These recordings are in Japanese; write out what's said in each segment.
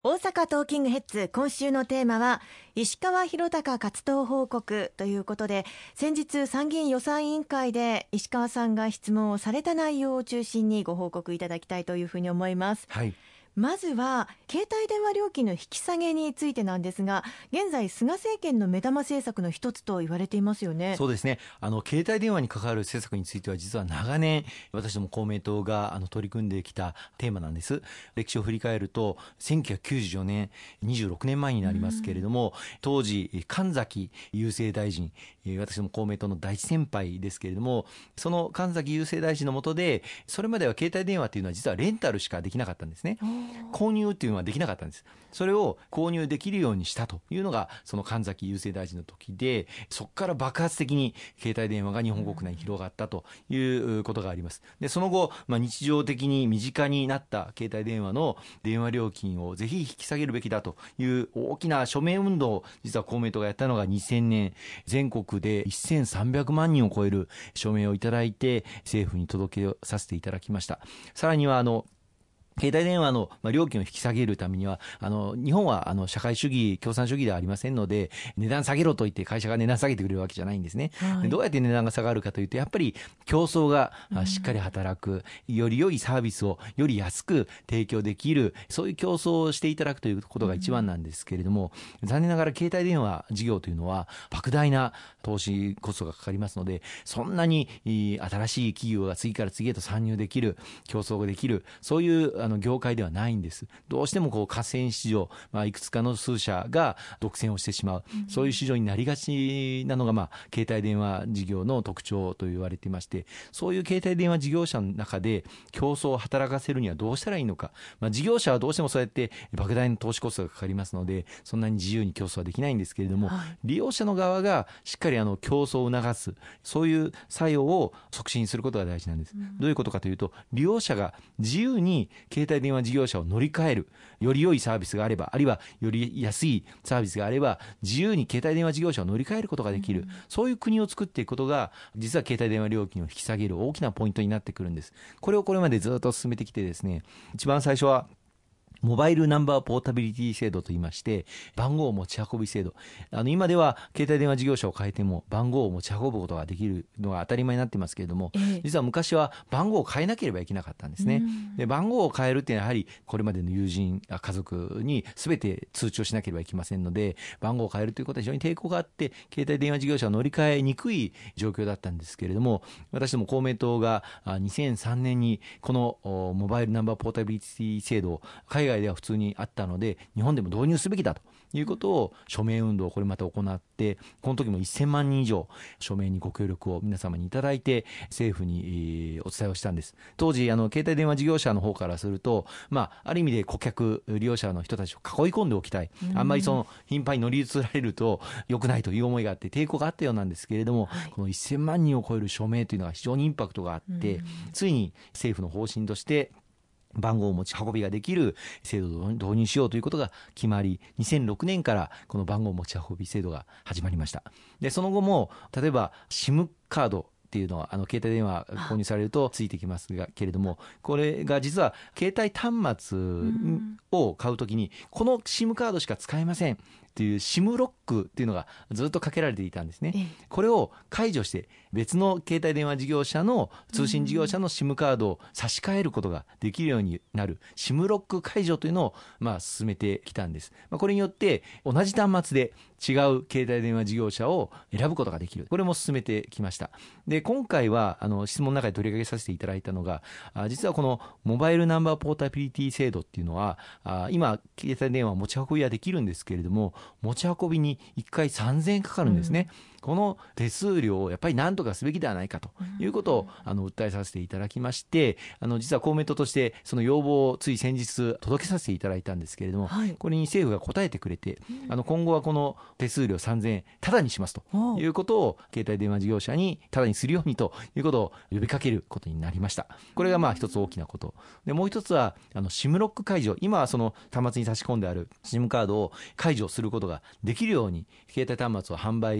大阪トーキングヘッズ、今週のテーマは石川博崇活動報告ということで、先日参議院予算委員会で石川さんが質問をされた内容を中心にご報告いただきたいというふうに思います。 はい、 まずは携帯電話料金の引き下げについてなんですが、現在菅政権の目玉政策の一つと言われていますよね。 そうですね。携帯電話に関わる政策については実は長年私ども公明党が取り組んできたテーマなんです。歴史を振り返ると1994年26年前になりますけれども、当時神崎郵政大臣、私ども公明党の大先輩ですけれども、その神崎郵政大臣の下で、それまでは携帯電話というのは実はレンタルしかできなかったんですね。購入っていうのはできなかったんです。それを購入できるようにしたというのがその神崎郵政大臣の時で、そこから爆発的に携帯電話が日本国内に広がったということがあります。でその後、日常的に身近になった携帯電話の電話料金をぜひ引き下げるべきだという大きな署名運動を実は公明党がやったのが2000年、全国で1300万人を超える署名をいただいて政府に届けさせていただきました。さらには携帯電話の料金を引き下げるためには、日本は社会主義共産主義ではありませんので、値段下げろと言って会社が値段下げてくれるわけじゃないんですね。でどうやって値段が下がるかというと、やっぱり競争がしっかり働く、より良いサービスをより安く提供できる、そういう競争をしていただくということが一番なんですけれども、残念ながら携帯電話事業というのは莫大な投資コストがかかりますので、そんなに新しい企業が次から次へと参入できる、競争ができる、そういう業界ではないんです。どうしても河川市場、いくつかの数社が独占をしてしまう、そういう市場になりがちなのが、携帯電話事業の特徴と言われていまして、そういう携帯電話事業者の中で競争を働かせるにはどうしたらいいのか、事業者はどうしてもそうやって莫大な投資コストがかかりますので、そんなに自由に競争はできないんですけれども、利用者の側がしっかり競争を促す、そういう作用を促進することが大事なんです。どういうことかというと、利用者が自由に携帯電話事業者を乗り換える、より良いサービスがあれば、あるいはより安いサービスがあれば自由に携帯電話事業者を乗り換えることができる、そういう国を作っていくことが実は携帯電話料金を引き下げる大きなポイントになってくるんです。これをこれまでずっと進めてきてですね、一番最初はモバイルナンバーポータビリティ制度といいまして、番号持ち運び制度、今では携帯電話事業者を変えても番号を持ち運ぶことができるのが当たり前になってますけれども、実は昔は番号を変えなければいけなかったんですね。で番号を変えるっていうのはやはりこれまでの友人家族に全て通知をしなければいけませんので、番号を変えるということは非常に抵抗があって、携帯電話事業者を乗り換えにくい状況だったんですけれども、私ども公明党が2003年にこのモバイルナンバーポータビリティ制度を海外では普通にあったので、日本でも導入すべきだということを署名運動をこれまた行って、この時も1000万人以上署名にご協力を皆様にいただいて政府にお伝えをしたんです。当時携帯電話事業者の方からすると、ある意味で顧客利用者の人たちを囲い込んでおきたい、あんまり頻繁に乗り移られると良くないという思いがあって抵抗があったようなんですけれども、この1000万人を超える署名というのが非常にインパクトがあって、ついに政府の方針として番号を持ち運びができる制度を導入しようということが決まり、2006年からこの番号持ち運び制度が始まりました。でその後も例えば SIM カードっていうのは携帯電話購入されるとついてきますがけれども、これが実は携帯端末を買うときにこの SIM カードしか使えませんっていう SIM ロックっていうのがずっとかけられていたんですね。これを解除して別の携帯電話事業者の通信事業者の SIM カードを差し替えることができるようになる SIM ロック解除というのを進めてきたんです。これによって同じ端末で違う携帯電話事業者を選ぶことができる、これも進めてきました。で今回は質問の中で取り上げさせていただいたのが、実はこのモバイルナンバーポータビリティ制度っていうのは今携帯電話持ち運びはできるんですけれども、持ち運びに1回3000円かかるんですね。この手数料をやっぱり何とかすべきではないかということを訴えさせていただきまして、実は公明党としてその要望をつい先日届けさせていただいたんですけれども、これに政府が答えてくれて、今後はこの手数料3000円タダにしますということを携帯電話事業者にタダにするようにということを呼びかけることになりました。これが一つ大きなことで、もう一つはSIM ロック解除、今はその端末に差し込んである SIM カードを解除することができるように携帯端末を販売する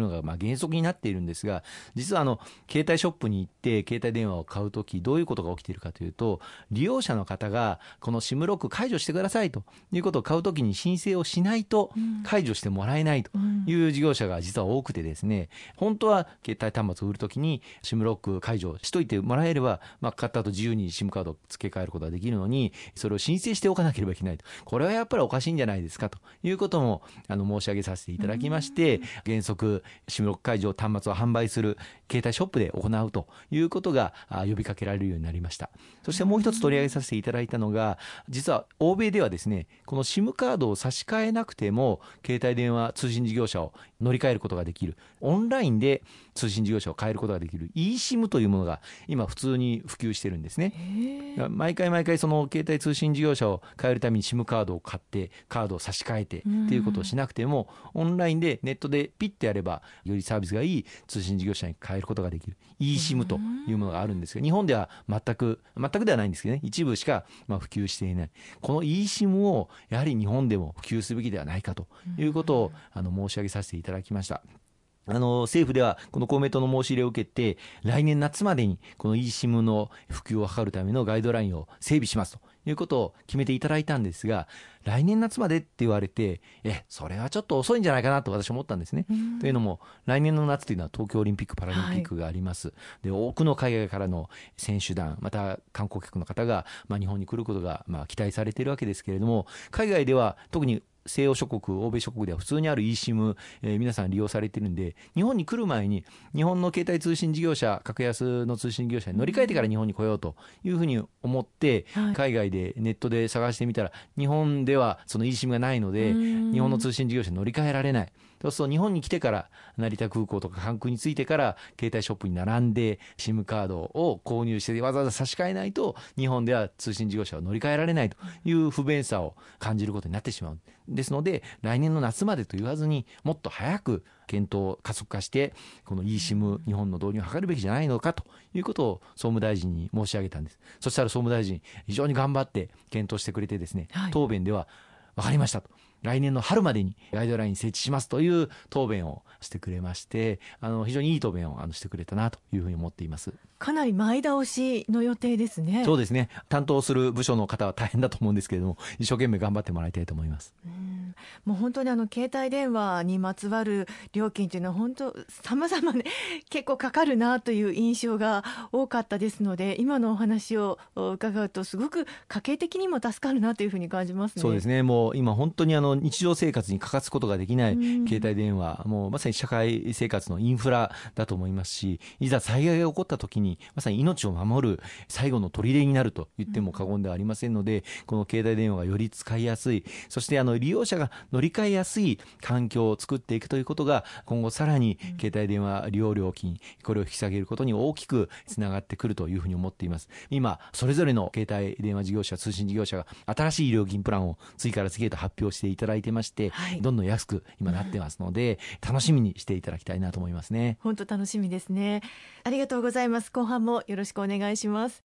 るのが原則になっているんですが、実は携帯ショップに行って携帯電話を買うとき、どういうことが起きているかというと、利用者の方がこの SIM ロック解除してくださいということを買うときに申請をしないと解除してもらえないという事業者が実は多くてですね、本当は携帯端末を売るときに SIM ロック解除しといてもらえれば、買った後自由に SIM カードを付け替えることができるのに、それを申請しておかなければいけないと。これはやっぱりおかしいんじゃないですかということも申し上げさせていただきまして、原則 SIM ロック解除端末を販売する携帯ショップで行うということが呼びかけられるようになりました。そしてもう一つ取り上げさせていただいたのが、実は欧米ではですね、この SIM カードを差し替えなくても携帯電話通信事業者を乗り換えることができる、オンラインで通信事業者を変えることができる eSIM というものが今普通に普及してるんですね。毎回その携帯通信事業者を変えるために SIM カードを買ってカードを差し替えてっていうことをしなくても、オンラインでネットでピッとやればよりサービスがいい通信事業者に変えることができる eSIM というものがあるんですが、日本では全くではないんですけどね、一部しか普及していない。この eSIM をやはり日本でも普及すべきではないかということを申し上げさせていただきました。政府ではこの公明党の申し入れを受けて、来年夏までにこの eSIM の普及を図るためのガイドラインを整備しますということを決めていただいたんですが、来年夏までって言われて、それはちょっと遅いんじゃないかなと私は思ったんですね。というのも、来年の夏というのは東京オリンピック・パラリンピックがあります。で、多くの海外からの選手団、また観光客の方が日本に来ることが期待されているわけですけれども、海外では特に西欧諸国、欧米諸国では普通にある eSIM、皆さん利用されているんで、日本に来る前に日本の携帯通信事業者、格安の通信事業者に乗り換えてから日本に来ようというふうに思って、海外でネットで探してみたら、日本ではその eSIM がないので、日本の通信事業者に乗り換えられない。そうすると日本に来てから、成田空港とか関空に着いてから携帯ショップに並んで SIM カードを購入してわざわざ差し替えないと、日本では通信事業者を乗り換えられないという不便さを感じることになってしまう。ですので、来年の夏までと言わずに、もっと早く検討を加速化して、この eSIM 日本の導入を図るべきじゃないのかということを総務大臣に申し上げたんです。そしたら総務大臣、非常に頑張って検討してくれてですね、答弁では、分かりましたと、来年の春までにガイドライン設置しますという答弁をしてくれまして、非常にいい答弁をしてくれたなというふうに思っています。 かなり前倒しの予定ですね。 そうですね。担当する部署の方は大変だと思うんですけれども、一生懸命頑張ってもらいたいと思います。 もう本当に携帯電話にまつわる料金というのは本当様々ね、結構かかるなという印象が多かったですので、今のお話を伺うとすごく家計的にも助かるなというふうに感じますね。 そうですね。もう今本当に日常生活に欠かすことができない携帯電話、もうまさに社会生活のインフラだと思いますし、いざ災害が起こった時にまさに命を守る最後の砦になると言っても過言ではありませんので、この携帯電話がより使いやすい、そして利用者が乗り換えやすい環境を作っていくということが、今後さらに携帯電話利用料金、これを引き下げることに大きくつながってくるというふうに思っています。今それぞれの携帯電話事業者、通信事業者が新しい料金プランを次から次へと発表していただいてまして、どんどん安く今なってますので、楽しみにしていただきたいなと思いますね。 本当楽しみですね。ありがとうございます。後半もよろしくお願いします。